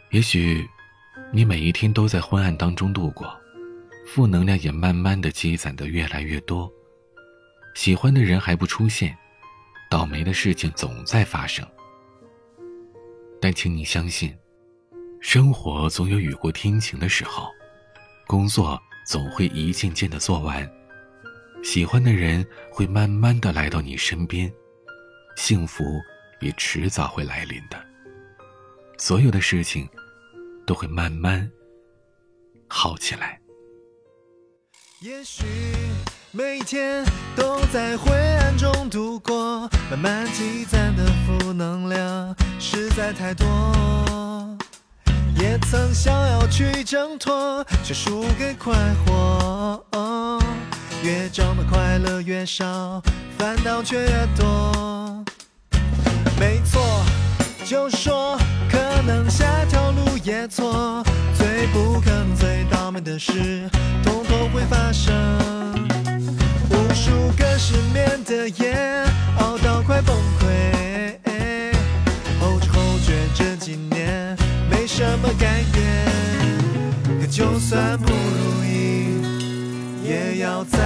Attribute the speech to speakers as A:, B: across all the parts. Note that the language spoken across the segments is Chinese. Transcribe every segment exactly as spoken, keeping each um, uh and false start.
A: 也许你每一天都在昏暗当中度过，负能量也慢慢的积攒得越来越多，喜欢的人还不出现，倒霉的事情总在发生。但请你相信，生活总有雨过天晴的时候，工作总会一件件的做完，喜欢的人会慢慢的来到你身边，幸福也迟早会来临的，所有的事情都会慢慢好起来。
B: 也许每一天都在灰暗中度过，慢慢积攒的负能量实在太多，也曾想要去挣脱，却输给快活，哦，越长得快乐越少，烦恼却越多。没错，就说可能下条路也错，最不可能最倒霉的事统统会发生。无数个失眠的夜，熬到快崩溃，后知后觉这几年没什么改变，可就算不如意也要在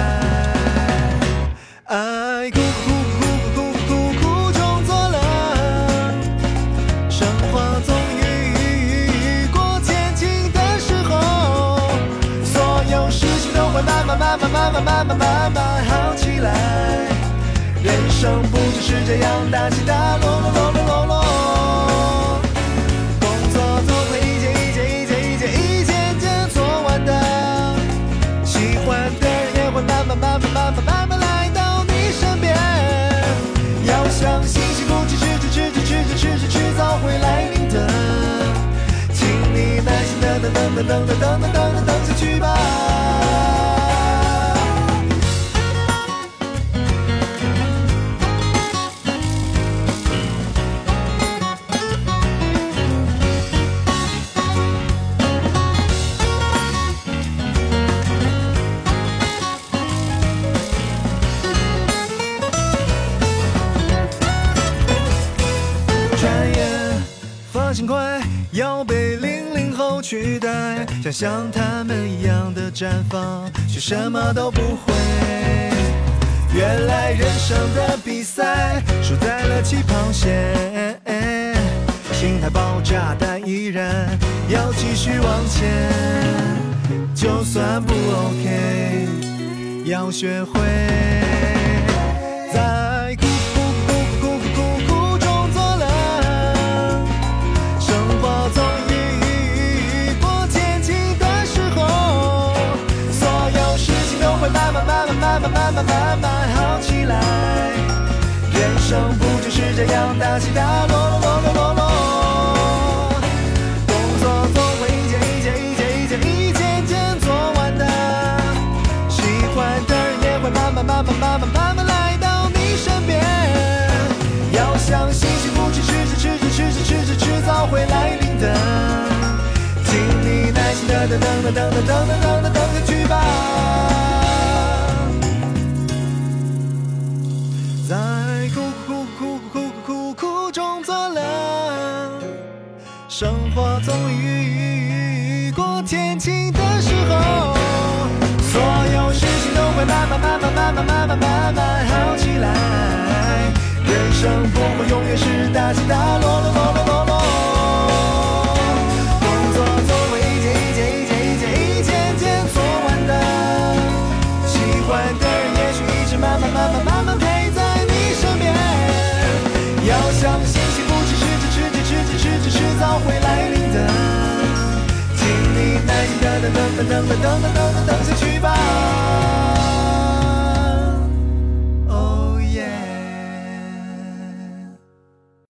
B: 爱哭哭哭哭哭哭中作乐，生活总遇过天晴的时候，所有事情都会慢慢慢慢慢慢慢慢慢慢好起来，人生不就是这样大起大落落落落落落，工作总会一件一件一件一件一件件做完的，喜欢的人也会慢慢慢慢慢慢慢慢来到你身边，要相信幸福迟迟迟迟迟迟迟迟迟早会来临的，请你耐心的等等等等等等等等等等下去吧。发现快要被零零后取代，想像他们一样的绽放，却什么都不会。原来人生的比赛输在了起跑线，心态爆炸但依然要继续往前，就算不 OK 要学会在哭哭哭哭哭哭中作乐，生活总遇过天晴的时候，所有事情都会慢慢慢慢慢慢慢慢慢慢好起来，人生不就是这样大起大落落落落落落，工作总会一件一件一件一件一件件做完的，喜欢的人也会慢慢慢慢慢慢慢慢来到你身边，要相信幸福迟迟迟迟迟迟迟迟迟早会来临的，请你耐心的等等等等等等等等等等下去吧。在哭哭哭哭哭哭中作乐，生活总遇过天晴的时候，所有事情都会慢慢慢慢慢慢慢慢慢慢好起来，人生不会永远是大起大落落落落落落，工作总会一件一件一件一件一件件做完的，喜欢的人也许一直慢慢慢慢慢慢陪在你身边，要相信幸福迟迟迟迟迟迟迟迟迟早会来临的，请你耐心的等等等等等等等等等等。